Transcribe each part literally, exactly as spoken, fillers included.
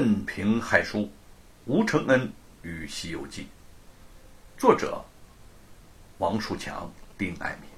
镇平害书，吴承恩与西游记》，作者王树强、丁爱民。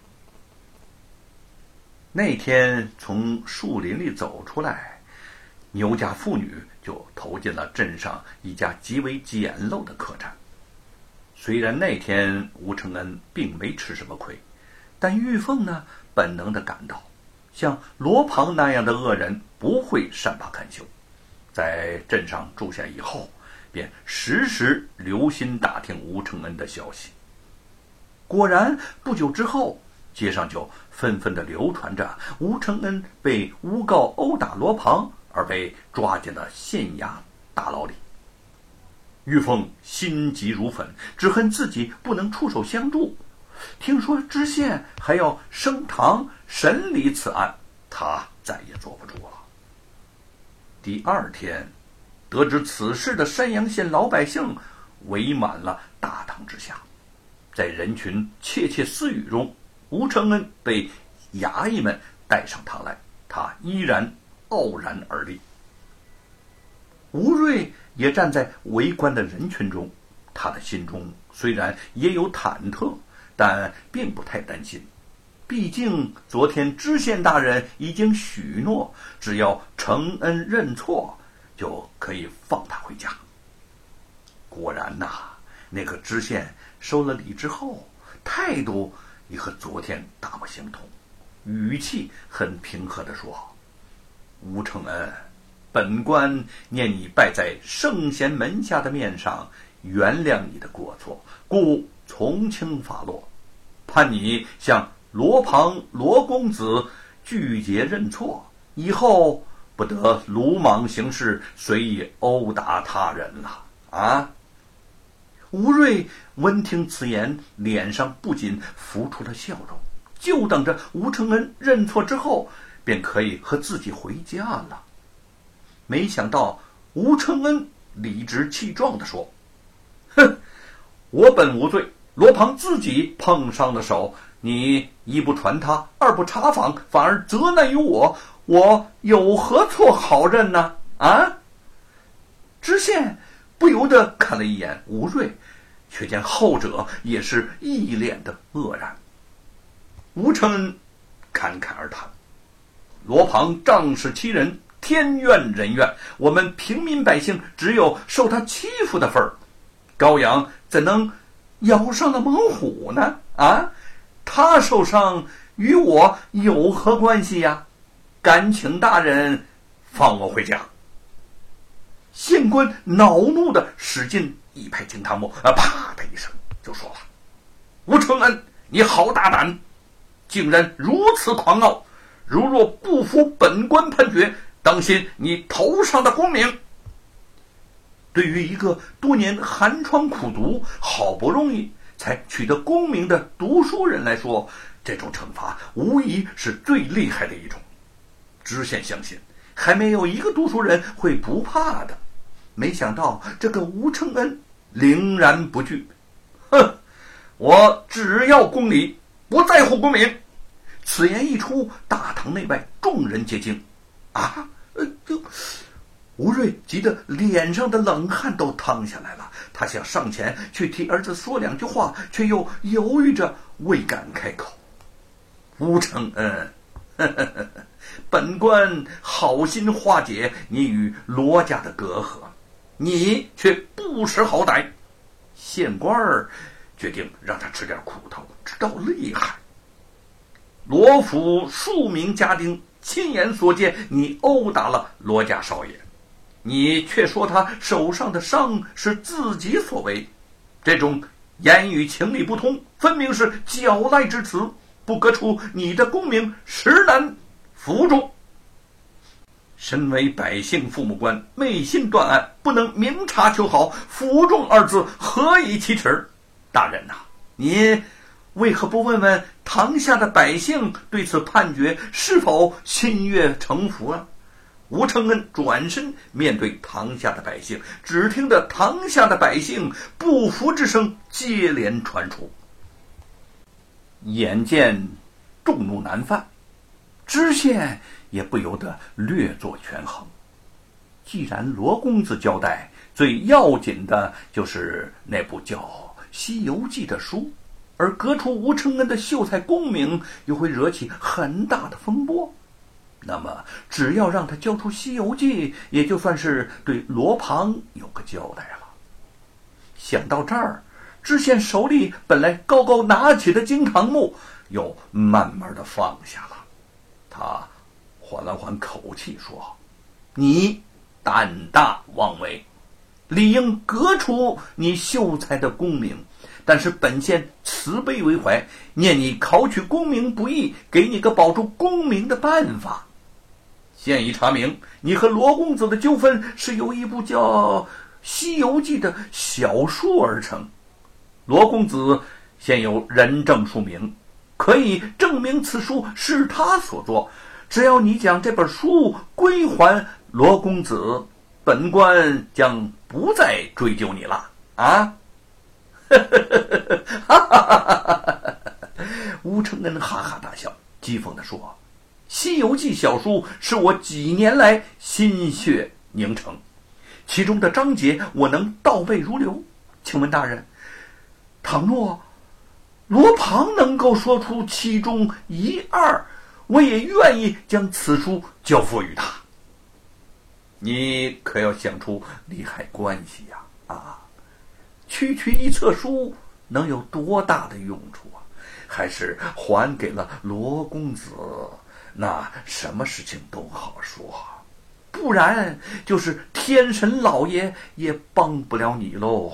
那天从树林里走出来，牛家妇女就投进了镇上一家极为简陋的客栈。虽然那天吴承恩并没吃什么亏，但玉凤呢，本能地感到像罗庞那样的恶人不会善罢甘休，在镇上住下以后，便时时留心打听吴承恩的消息。果然不久之后，街上就纷纷地流传着吴承恩被诬告殴打罗庞而被抓进了县衙大牢里。玉凤心急如焚，只恨自己不能出手相助。听说知县还要升堂审理此案，他再也坐不住了。第二天，得知此事的山阳县老百姓围满了大堂之下，在人群窃窃私语中，吴承恩被衙役们带上堂来，他依然傲然而立。吴瑞也站在围观的人群中，他的心中虽然也有忐忑，但并不太担心，毕竟昨天知县大人已经许诺，只要承恩认错，就可以放他回家。果然呐、啊，那个知县收了礼之后，态度也和昨天大不相同，语气很平和地说：“吴承恩，本官念你拜在圣贤门下的面上，原谅你的过错，故从轻发落，盼你向罗庞罗公子拒绝认错，以后不得鲁莽行事，随意殴打他人了啊！”吴瑞闻听此言，脸上不仅浮出了笑容，就等着吴承恩认错之后，便可以和自己回家了。没想到吴承恩理直气壮地说：“哼，我本无罪，罗庞自己碰伤了手，你一不传他，二不查访，反而责难于我，我有何错好认呢？啊！”知县不由得看了一眼吴瑞，却见后者也是一脸的愕然。吴承恩侃侃而谈：“罗庞仗势欺人，天怨人怨，我们平民百姓只有受他欺负的份儿。羔羊怎能咬上了猛虎呢？啊，他受伤与我有何关系呀？敢请大人放我回家。”县官恼怒地使劲一拍惊堂木，啊，啪的一声就说了：“吴承恩，你好大胆，竟然如此狂傲！如若不服本官判决，当心你头上的功名！”对于一个多年寒窗苦读，好不容易才取得功名的读书人来说，这种惩罚无疑是最厉害的一种。知县相信，还没有一个读书人会不怕的。没想到这个吴承恩凛然不惧，哼，我只要公理，不在乎功名。此言一出，大堂内外众人皆惊。啊，呃，就吴瑞急得脸上的冷汗都淌下来了，他想上前去替儿子说两句话，却又犹豫着未敢开口。吴承恩，呵呵呵，本官好心化解你与罗家的隔阂，你却不识好歹。县官儿决定让他吃点苦头，知道厉害。罗府数名家丁亲眼所见你殴打了罗家少爷，你却说他手上的伤是自己所为，这种言语情理不通，分明是狡赖之词，不革除你的功名，实难服众。身为百姓父母官，昧心断案，不能明察秋毫，服众二字何以启齿？大人呐、啊，你为何不问问堂下的百姓对此判决是否心悦诚服啊？吴承恩转身面对堂下的百姓，只听得堂下的百姓不服之声接连传出。眼见众怒难犯，知县也不由得略作权衡。 既然罗公子交代，最要紧的就是那部叫《西游记》的书，而革除吴承恩的秀才功名又会惹起很大的风波。那么只要让他交出《西游记》，也就算是对罗庞有个交代了。想到这儿，知县手里本来高高拿起的惊堂木又慢慢的放下了。他缓了缓口气说：你胆大妄为，理应革除你秀才的功名，但是本县慈悲为怀，念你考取功名不易，给你个保住功名的办法。现已查明，你和罗公子的纠纷是由一部叫《西游记》的小书而成。罗公子现有人证数名，可以证明此书是他所作。只要你将这本书归还罗公子，本官将不再追究你了啊！吴承恩哈哈大笑，讥讽地说：西游记小书是我几年来心血凝成，其中的章节我能倒背如流。请问大人，倘若罗庞能够说出其中一二，我也愿意将此书交付于他。你可要想出利害关系呀！啊，区区一册书能有多大的用处啊？还是还给了罗公子，那什么事情都好说。不然就是天神老爷也帮不了你喽。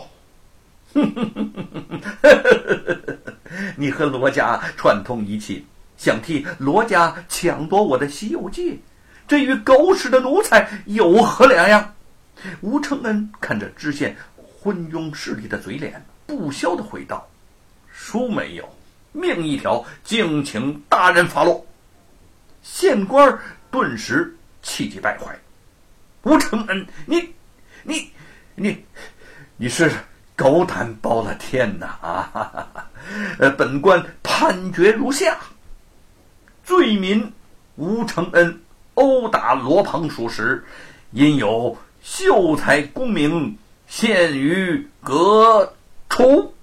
你和罗家串通一气，想替罗家抢夺我的西游记，这与狗屎的奴才有何两样？吴承恩看着知县昏庸势利的嘴脸，不消地回道：书没有，命一条，敬请大人发落。县官顿时气急败坏：吴承恩，你你你你是狗胆包了天哪！啊，呃，本官判决如下：罪民吴承恩殴打罗庞属实，因有秀才功名，现于革除。